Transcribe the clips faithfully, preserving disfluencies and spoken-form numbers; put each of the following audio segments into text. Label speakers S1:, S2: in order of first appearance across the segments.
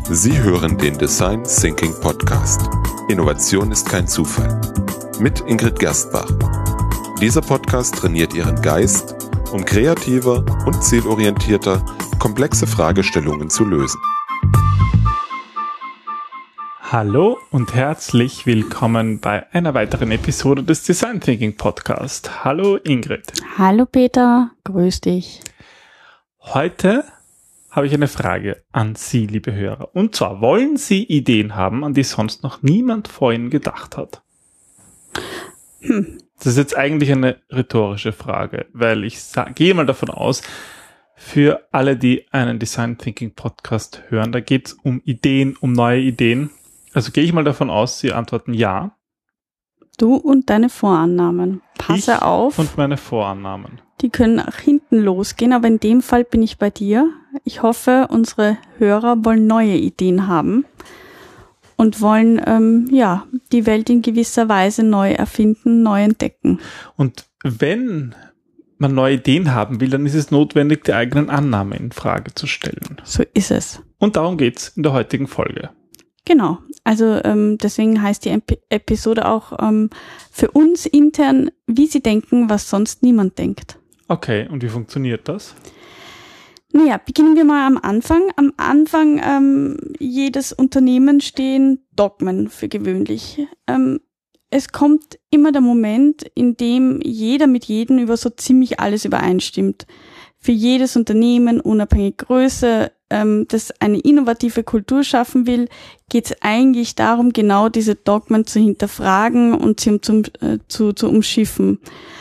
S1: Sie hören den Design Thinking Podcast. Innovation ist kein Zufall. Mit Ingrid Gerstbach. Dieser Podcast trainiert Ihren Geist, um kreativer und zielorientierter komplexe Fragestellungen zu lösen.
S2: Hallo und herzlich willkommen bei einer weiteren Episode des Design Thinking Podcast. Hallo Ingrid.
S3: Hallo Peter, grüß dich.
S2: Heute habe ich eine Frage an Sie, liebe Hörer. Und zwar, wollen Sie Ideen haben, an die sonst noch niemand vor Ihnen gedacht hat?
S3: Hm.
S2: Das ist jetzt eigentlich eine rhetorische Frage, weil ich sag, gehe mal davon aus, für alle, die einen Design Thinking Podcast hören, da geht es um Ideen, um neue Ideen. Also gehe ich mal davon aus, Sie antworten ja.
S3: Du und deine Vorannahmen. Passe
S2: ich
S3: auf.
S2: Und meine Vorannahmen.
S3: Die können nach hinten losgehen, aber in dem Fall bin ich bei dir. Ich hoffe, unsere Hörer wollen neue Ideen haben und wollen ähm, ja die Welt in gewisser Weise neu erfinden, neu entdecken.
S2: Und wenn man neue Ideen haben will, dann ist es notwendig, die eigenen Annahmen in Frage zu stellen.
S3: So ist es.
S2: Und darum geht's in der heutigen Folge.
S3: Genau, also ähm, deswegen heißt die Ep- Episode auch ähm, für uns intern, wie Sie denken, was sonst niemand denkt.
S2: Okay, und wie funktioniert das?
S3: Naja, beginnen wir mal am Anfang. Am Anfang ähm, jedes Unternehmen stehen Dogmen für gewöhnlich. Ähm, es kommt immer der Moment, in dem jeder mit jedem über so ziemlich alles übereinstimmt. Für jedes Unternehmen, unabhängig Größe, ähm, das eine innovative Kultur schaffen will, geht es eigentlich darum, genau diese Dogmen zu hinterfragen und sie zum, äh, zu, zu umschiffen.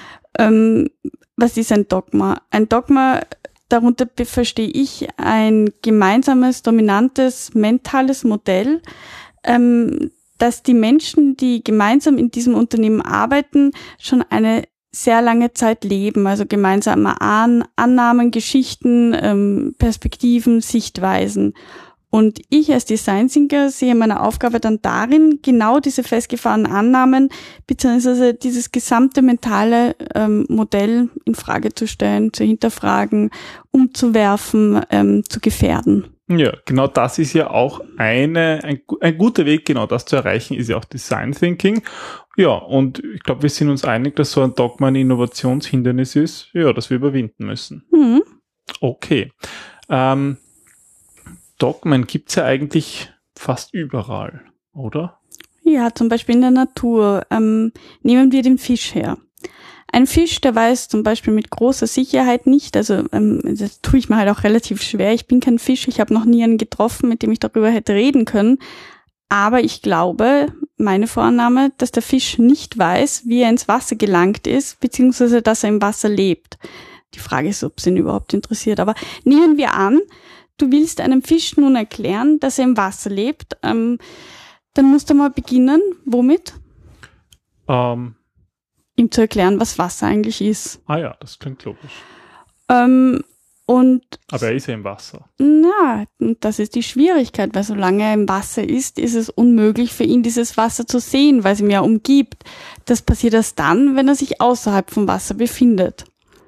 S3: Ähm, was ist ein Dogma? Ein Dogma, darunter verstehe ich ein gemeinsames, dominantes, mentales Modell, ähm, dass die Menschen, die gemeinsam in diesem Unternehmen arbeiten, schon eine sehr lange Zeit leben, also gemeinsame An- Annahmen, Geschichten, ähm, Perspektiven, Sichtweisen. Und ich als Design Thinker sehe meine Aufgabe dann darin, genau diese festgefahrenen Annahmen beziehungsweise dieses gesamte mentale ähm, Modell in Frage zu stellen, zu hinterfragen, umzuwerfen, ähm, zu gefährden.
S2: Ja, genau das ist ja auch eine ein, ein guter Weg, genau das zu erreichen, ist ja auch Design Thinking. Ja, und ich glaube, wir sind uns einig, dass so ein Dogma ein Innovationshindernis ist, ja, das wir überwinden müssen.
S3: Mhm.
S2: Okay. Ähm, Dogmen gibt's ja eigentlich fast überall, oder?
S3: Ja, zum Beispiel in der Natur. Ähm, nehmen wir den Fisch her. Ein Fisch, der weiß zum Beispiel mit großer Sicherheit nicht, also ähm, das tue ich mir halt auch relativ schwer. Ich bin kein Fisch, ich habe noch nie einen getroffen, mit dem ich darüber hätte reden können. Aber ich glaube, meine Vorannahme, dass der Fisch nicht weiß, wie er ins Wasser gelangt ist, beziehungsweise dass er im Wasser lebt. Die Frage ist, ob es ihn überhaupt interessiert. Aber nehmen wir an, du willst einem Fisch nun erklären, dass er im Wasser lebt. Ähm, dann musst du mal beginnen. Womit?
S2: Ähm.
S3: Ihm zu erklären, was Wasser eigentlich ist.
S2: Ah ja, das klingt logisch.
S3: Ähm, und
S2: Aber er ist ja im Wasser.
S3: Na, das ist die Schwierigkeit, weil solange er im Wasser ist, ist es unmöglich für ihn, dieses Wasser zu sehen, weil es ihn ja umgibt. Das passiert erst dann, wenn er sich außerhalb vom Wasser befindet.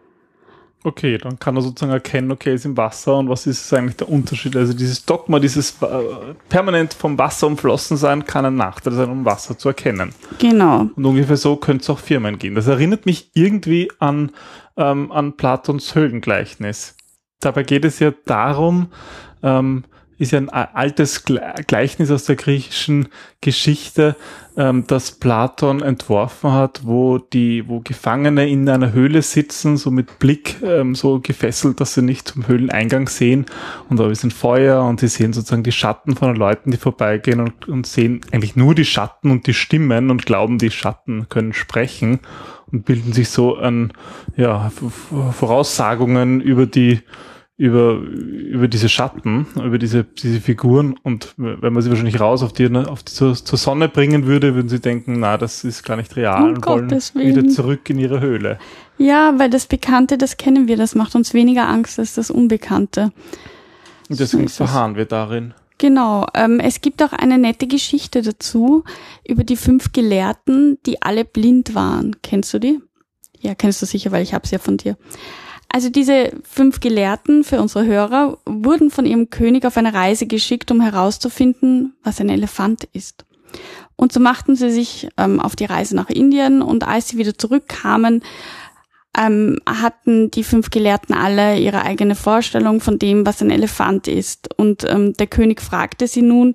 S2: Okay, dann kann er sozusagen erkennen, okay, er ist im Wasser und was ist eigentlich der Unterschied? Also dieses Dogma, dieses äh, permanent vom Wasser umflossen sein, kann ein Nachteil sein, um Wasser zu erkennen.
S3: Genau.
S2: Und ungefähr so könnte es auch Firmen gehen. Das erinnert mich irgendwie an, ähm, an Platons Höhlengleichnis. Dabei geht es ja darum, ähm, ist ja ein altes Gleichnis aus der griechischen Geschichte, ähm, das Platon entworfen hat, wo die, wo Gefangene in einer Höhle sitzen, so mit Blick ähm, so gefesselt, dass sie nicht zum Höhleneingang sehen. Und da ist ein Feuer und sie sehen sozusagen die Schatten von den Leuten, die vorbeigehen und, und sehen eigentlich nur die Schatten und die Stimmen und glauben, die Schatten können sprechen und bilden sich so an, ja, Voraussagungen über die über über diese Schatten, über diese diese Figuren, und wenn man sie wahrscheinlich raus auf die, auf die zur, zur Sonne bringen würde, würden sie denken, na, das ist gar nicht real,
S3: Um
S2: und wollen
S3: Gottes Willen.
S2: wieder zurück in ihre Höhle.
S3: Ja, weil das Bekannte, das kennen wir, das macht uns weniger Angst als das Unbekannte.
S2: Und deswegen
S3: So ist es.
S2: verharren wir darin.
S3: Genau, ähm, es gibt auch eine nette Geschichte dazu über die fünf Gelehrten, die alle blind waren. Kennst du die? Ja, kennst du sicher, weil ich hab's ja von dir. Also diese fünf Gelehrten für unsere Hörer wurden von ihrem König auf eine Reise geschickt, um herauszufinden, was ein Elefant ist. Und so machten sie sich ähm, auf die Reise nach Indien und als sie wieder zurückkamen, ähm, hatten die fünf Gelehrten alle ihre eigene Vorstellung von dem, was ein Elefant ist. Und ähm, der König fragte sie nun,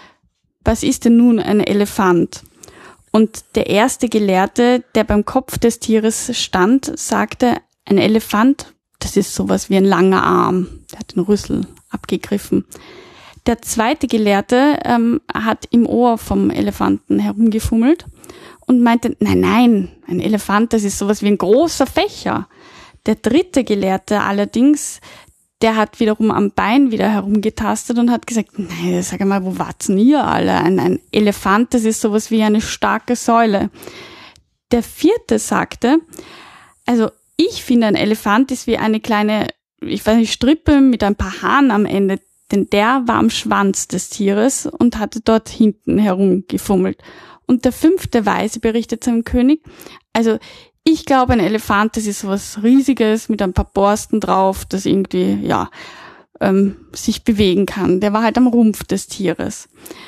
S3: was ist denn nun ein Elefant? Und der erste Gelehrte, der beim Kopf des Tieres stand, sagte, ein Elefant, das ist sowas wie ein langer Arm. Der hat den Rüssel abgegriffen. Der zweite Gelehrte ähm, hat im Ohr vom Elefanten herumgefummelt und meinte, nein, nein, ein Elefant, das ist sowas wie ein großer Fächer. Der dritte Gelehrte allerdings, der hat wiederum am Bein wieder herumgetastet und hat gesagt, nein, sag mal, wo wart's denn ihr alle? Ein, ein Elefant, das ist sowas wie eine starke Säule. Der vierte sagte, also ich finde, ein Elefant ist wie eine kleine, ich weiß nicht, Strippe mit ein paar Haaren am Ende. Denn der war am Schwanz des Tieres und hatte dort hinten herumgefummelt. Und der fünfte Weise berichtet seinem König, also ich glaube, ein Elefant, das ist sowas Riesiges mit ein paar Borsten drauf, das irgendwie, ja, ähm, sich bewegen kann. Der war halt am Rumpf des Tieres.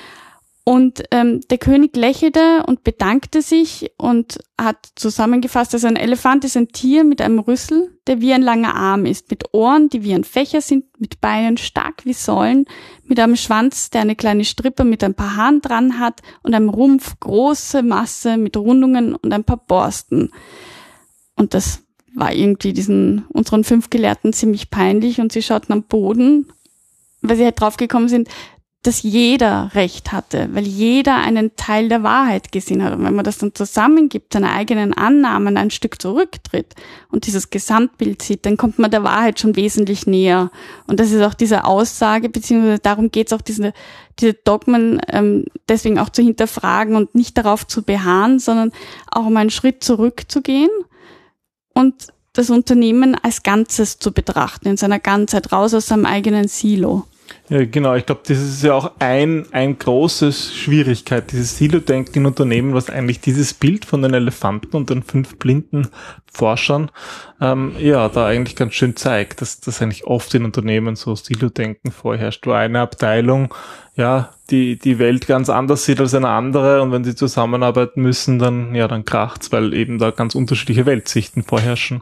S3: Und ähm, der König lächelte und bedankte sich und hat zusammengefasst, also ein Elefant ist ein Tier mit einem Rüssel, der wie ein langer Arm ist, mit Ohren, die wie ein Fächer sind, mit Beinen stark wie Säulen, mit einem Schwanz, der eine kleine Strippe mit ein paar Haaren dran hat und einem Rumpf große Masse mit Rundungen und ein paar Borsten. Und das war irgendwie diesen unseren fünf Gelehrten ziemlich peinlich und sie schauten am Boden, weil sie halt draufgekommen sind, dass jeder Recht hatte, weil jeder einen Teil der Wahrheit gesehen hat. Und wenn man das dann zusammengibt, seine eigenen Annahmen ein Stück zurücktritt und dieses Gesamtbild sieht, dann kommt man der Wahrheit schon wesentlich näher. Und das ist auch diese Aussage, beziehungsweise darum geht es auch, diese, diese Dogmen ähm, deswegen auch zu hinterfragen und nicht darauf zu beharren, sondern auch um einen Schritt zurückzugehen und das Unternehmen als Ganzes zu betrachten, in seiner Ganzheit, raus aus seinem eigenen Silo.
S2: Ja, genau. Ich glaube, das ist ja auch ein, ein großes Schwierigkeit, dieses Silo-Denken in Unternehmen, was eigentlich dieses Bild von den Elefanten und den fünf blinden Forschern, ähm, ja, da eigentlich ganz schön zeigt, dass das eigentlich oft in Unternehmen so Silo-Denken vorherrscht, wo eine Abteilung, ja, die, die Welt ganz anders sieht als eine andere und wenn sie zusammenarbeiten müssen, dann, ja, dann kracht's, weil eben da ganz unterschiedliche Weltsichten vorherrschen.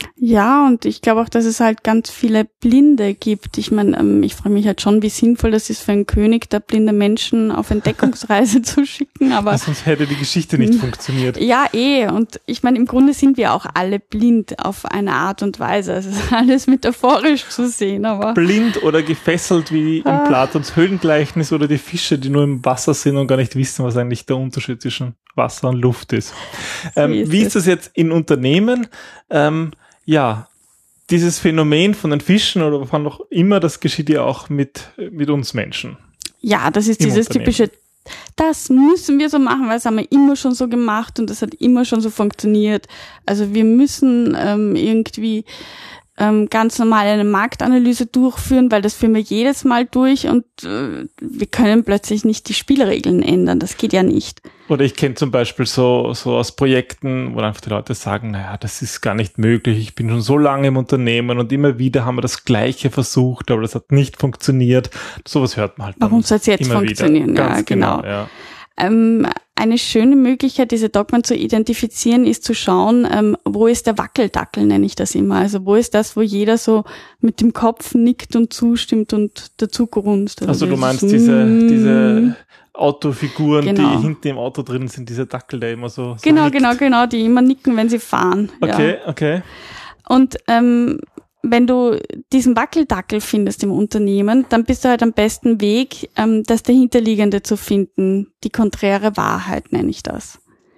S3: Ja, und ich glaube auch, dass es halt ganz viele Blinde gibt. Ich meine, ähm, ich frage mich halt schon, wie sinnvoll das ist für einen König, da blinde Menschen auf Entdeckungsreise zu schicken, aber...
S2: Ja, sonst hätte die Geschichte nicht funktioniert.
S3: Ja, eh, und ich meine, im Grunde sind wir auch alle blind auf eine Art und Weise. Also es ist alles metaphorisch zu sehen, aber...
S2: Blind oder gefesselt wie in
S3: Ah.
S2: Platons Höhlengleichnis oder die Fische, die nur im Wasser sind und gar nicht wissen, was eigentlich der Unterschied zwischen Wasser und Luft ist. Ähm,
S3: ist
S2: wie
S3: es.
S2: ist das jetzt in Unternehmen? Ähm, ja, dieses Phänomen von den Fischen oder von noch immer, das geschieht ja auch mit, mit uns Menschen.
S3: Ja, das ist
S2: Im
S3: dieses
S2: Unternehmen.
S3: typische, das müssen wir so machen, weil das haben wir immer schon so gemacht und das hat immer schon so funktioniert. Also wir müssen ähm, irgendwie ähm, ganz normal eine Marktanalyse durchführen, weil das führen wir jedes Mal durch und äh, wir können plötzlich nicht die Spielregeln ändern. Das geht ja nicht.
S2: Oder ich kenne zum Beispiel so, so aus Projekten, wo einfach die Leute sagen, naja, das ist gar nicht möglich, ich bin schon so lange im Unternehmen und immer wieder haben wir das Gleiche versucht, aber das hat nicht funktioniert. Sowas hört man halt.
S3: Warum
S2: dann
S3: soll es jetzt
S2: immer
S3: funktionieren?
S2: Wieder.
S3: Ja,
S2: Ganz
S3: genau.
S2: genau ja.
S3: Ähm, eine schöne Möglichkeit, diese Dogmen zu identifizieren, ist zu schauen, ähm, wo ist der Wackeldackel, nenne ich das immer. Also wo ist das, wo jeder so mit dem Kopf nickt und zustimmt und dazu grunzt.
S2: Also du
S3: das
S2: meinst
S3: ist,
S2: diese,
S3: mm,
S2: diese Autofiguren,
S3: Genau.
S2: die hinten im Auto drin sind, diese Dackel, der immer so, so
S3: Genau,
S2: nickt.
S3: genau, genau, die immer nicken, wenn sie fahren.
S2: Okay,
S3: Ja.
S2: okay.
S3: Und ähm, wenn du diesen Wackeldackel findest im Unternehmen, dann bist du halt am besten Weg, ähm, das Dahinterliegende zu finden. Die konträre Wahrheit nenne ich das.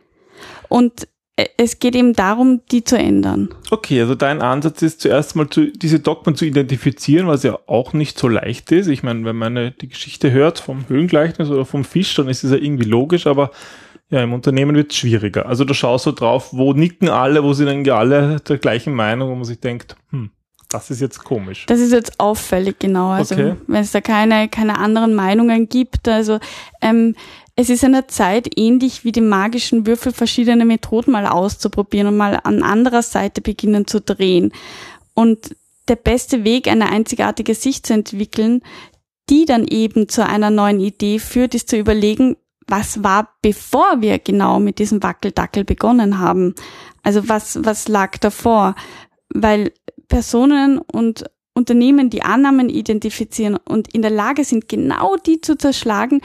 S3: Und äh, es geht eben darum, die zu ändern.
S2: Okay, also dein Ansatz ist zuerst mal zu, diese Dogmen zu identifizieren, was ja auch nicht so leicht ist. Ich meine, wenn man eine, die Geschichte hört vom Höhlengleichnis oder vom Fisch, dann ist es ja irgendwie logisch, aber ja, im Unternehmen wird es schwieriger. Also da schaust du drauf, wo nicken alle, wo sind eigentlich alle der gleichen Meinung, wo man sich denkt, hm, das ist jetzt komisch.
S3: Das ist jetzt auffällig, genau. Also
S2: Okay.
S3: wenn es da keine keine anderen Meinungen gibt. Also ähm, es ist einer Zeit ähnlich wie die magischen Würfel, verschiedene Methoden mal auszuprobieren und mal an anderer Seite beginnen zu drehen. Und der beste Weg, eine einzigartige Sicht zu entwickeln, die dann eben zu einer neuen Idee führt, ist zu überlegen, was war, bevor wir genau mit diesem Wackeldackel begonnen haben? Also was, was lag davor? Weil Personen und Unternehmen, die Annahmen identifizieren und in der Lage sind, genau die zu zerschlagen,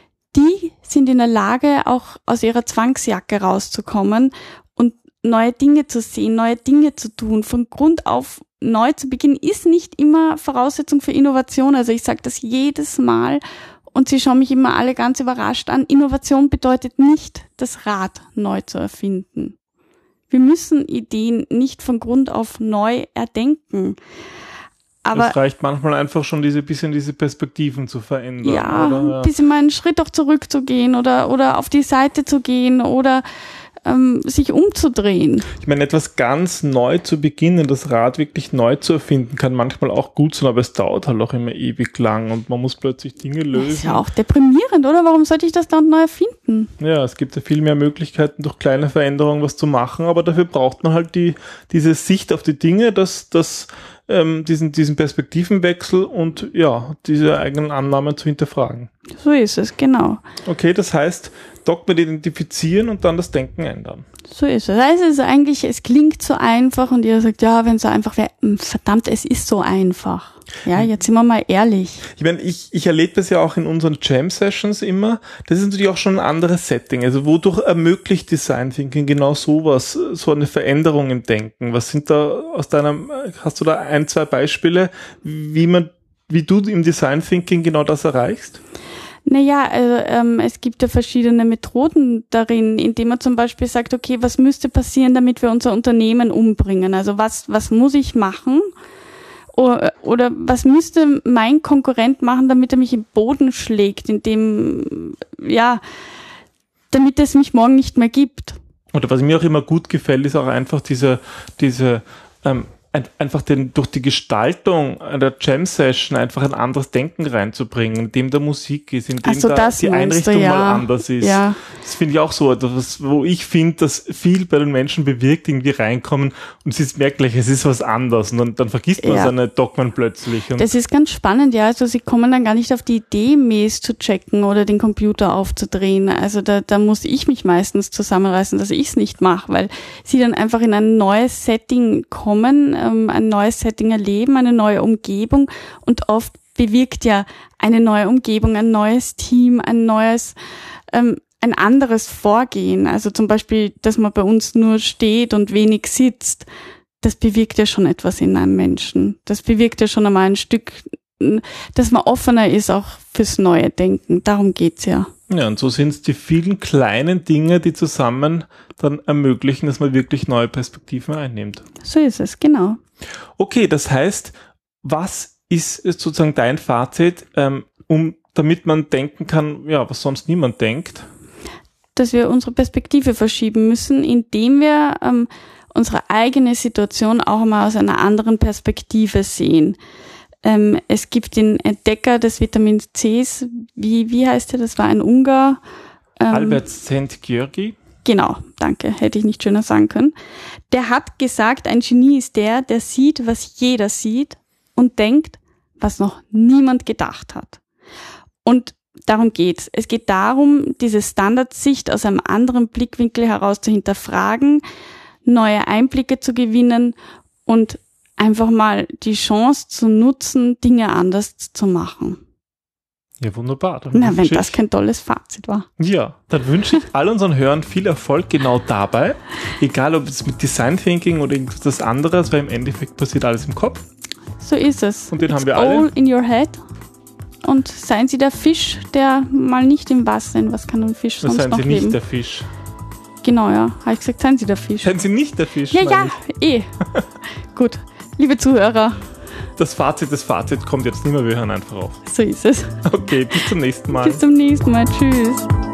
S3: die sind in der Lage, auch aus ihrer Zwangsjacke rauszukommen und neue Dinge zu sehen, neue Dinge zu tun. Von Grund auf neu zu beginnen, ist nicht immer Voraussetzung für Innovation. Also ich sage das jedes Mal und sie schauen mich immer alle ganz überrascht an. Innovation bedeutet nicht, das Rad neu zu erfinden. Wir müssen Ideen nicht von Grund auf neu erdenken. Aber
S2: es reicht manchmal einfach schon, diese bisschen diese Perspektiven zu verändern.
S3: Ja,
S2: oder? Ja.
S3: ein bisschen mal einen Schritt auch zurückzugehen oder, oder auf die Seite zu gehen oder ähm, sich umzudrehen.
S2: Ich meine, etwas ganz neu zu beginnen, das Rad wirklich neu zu erfinden, kann manchmal auch gut sein, aber es dauert halt auch immer ewig lang und man muss plötzlich Dinge lösen.
S3: Das ist ja auch deprimierend, oder? Warum sollte ich das dann neu erfinden?
S2: Ja, es gibt ja viel mehr Möglichkeiten, durch kleine Veränderungen was zu machen, aber dafür braucht man halt die diese Sicht auf die Dinge, dass das ähm, diesen diesen Perspektivenwechsel und ja, diese eigenen Annahmen zu hinterfragen.
S3: So ist es, genau.
S2: Okay, das heißt, Dogmen identifizieren und dann das Denken ändern.
S3: So ist es. Also es ist eigentlich, es klingt so einfach und ihr sagt, ja, wenn es so einfach wäre, verdammt, es ist so einfach. Ja, jetzt sind wir mal ehrlich.
S2: Ich meine, ich, ich erlebe das ja auch in unseren Jam-Sessions immer. Das ist natürlich auch schon ein anderes Setting. Also wodurch ermöglicht Design Thinking genau sowas, so eine Veränderung im Denken? Was sind da aus deinem, hast du da ein, zwei Beispiele, wie man, wie du im Design Thinking genau das erreichst?
S3: Naja, also, ähm, es gibt ja verschiedene Methoden darin, indem man zum Beispiel sagt, okay, was müsste passieren, damit wir unser Unternehmen umbringen? Also was, was muss ich machen? Oder, oder was müsste mein Konkurrent machen, damit er mich im Boden schlägt, indem, ja, damit es mich morgen nicht mehr gibt?
S2: Oder was mir auch immer gut gefällt, ist auch einfach diese, diese, ähm, einfach den, durch die Gestaltung der Jam-Session einfach ein anderes Denken reinzubringen, in dem da Musik ist, in dem
S3: also
S2: da die Einrichtung
S3: du, ja.
S2: mal anders ist.
S3: Ja.
S2: Das finde ich auch so etwas, wo ich finde, dass viel bei den Menschen bewirkt, irgendwie reinkommen und sie merken gleich, es ist was anderes und dann, dann vergisst man
S3: ja.
S2: seine Dogmen plötzlich. Und
S3: das ist ganz spannend, ja, also sie kommen dann gar nicht auf die Idee, Mails zu checken oder den Computer aufzudrehen. Also da, da muss ich mich meistens zusammenreißen, dass ich es nicht mache, weil sie dann einfach in ein neues Setting kommen, ein neues Setting erleben, eine neue Umgebung und oft bewirkt ja eine neue Umgebung, ein neues Team, ein neues, ähm, ein anderes Vorgehen. Also zum Beispiel, dass man bei uns nur steht und wenig sitzt, das bewirkt ja schon etwas in einem Menschen. Das bewirkt ja schon einmal ein Stück, dass man offener ist auch fürs neue Denken. Darum geht's ja.
S2: Ja, und so sind es die vielen kleinen Dinge, die zusammen dann ermöglichen, dass man wirklich neue Perspektiven einnimmt.
S3: So ist es, genau.
S2: Okay, das heißt, was ist sozusagen dein Fazit, ähm, um, damit man denken kann, ja, was sonst niemand denkt?
S3: Dass wir unsere Perspektive verschieben müssen, indem wir ähm, unsere eigene Situation auch mal aus einer anderen Perspektive sehen. Ähm, es gibt den Entdecker des Vitamin Cs, wie, wie heißt der, das war ein Ungar. Ähm,
S2: Albert Szent-Györgyi.
S3: Genau, danke, hätte ich nicht schöner sagen können. Der hat gesagt, ein Genie ist der, der sieht, was jeder sieht und denkt, was noch niemand gedacht hat. Und darum geht's. Es geht darum, diese Standardsicht aus einem anderen Blickwinkel heraus zu hinterfragen, neue Einblicke zu gewinnen und einfach mal die Chance zu nutzen, Dinge anders zu machen.
S2: Ja, wunderbar. Dann
S3: Na, wenn
S2: ich,
S3: das kein tolles Fazit war.
S2: Ja, dann wünsche ich all unseren Hörern viel Erfolg genau dabei. Egal, ob es mit Design Thinking oder irgendwas anderes, weil im Endeffekt passiert alles im Kopf.
S3: So ist es.
S2: Und den
S3: It's
S2: haben wir
S3: all
S2: alle.
S3: in your head. Und seien Sie der Fisch, der mal nicht im Wasser ist. Was kann ein Fisch
S2: Das
S3: sonst
S2: seien
S3: noch
S2: Sie
S3: leben?
S2: nicht der Fisch.
S3: Genau, ja. Habe ich gesagt, seien Sie der Fisch.
S2: Seien Sie nicht der Fisch?
S3: Ja,
S2: meine
S3: ja,
S2: ich.
S3: eh. Gut. Liebe Zuhörer,
S2: Das Fazit, das Fazit kommt jetzt nicht mehr, wir hören einfach auf.
S3: so ist es.
S2: Okay, bis zum nächsten Mal.
S3: Bis zum nächsten Mal. Tschüss.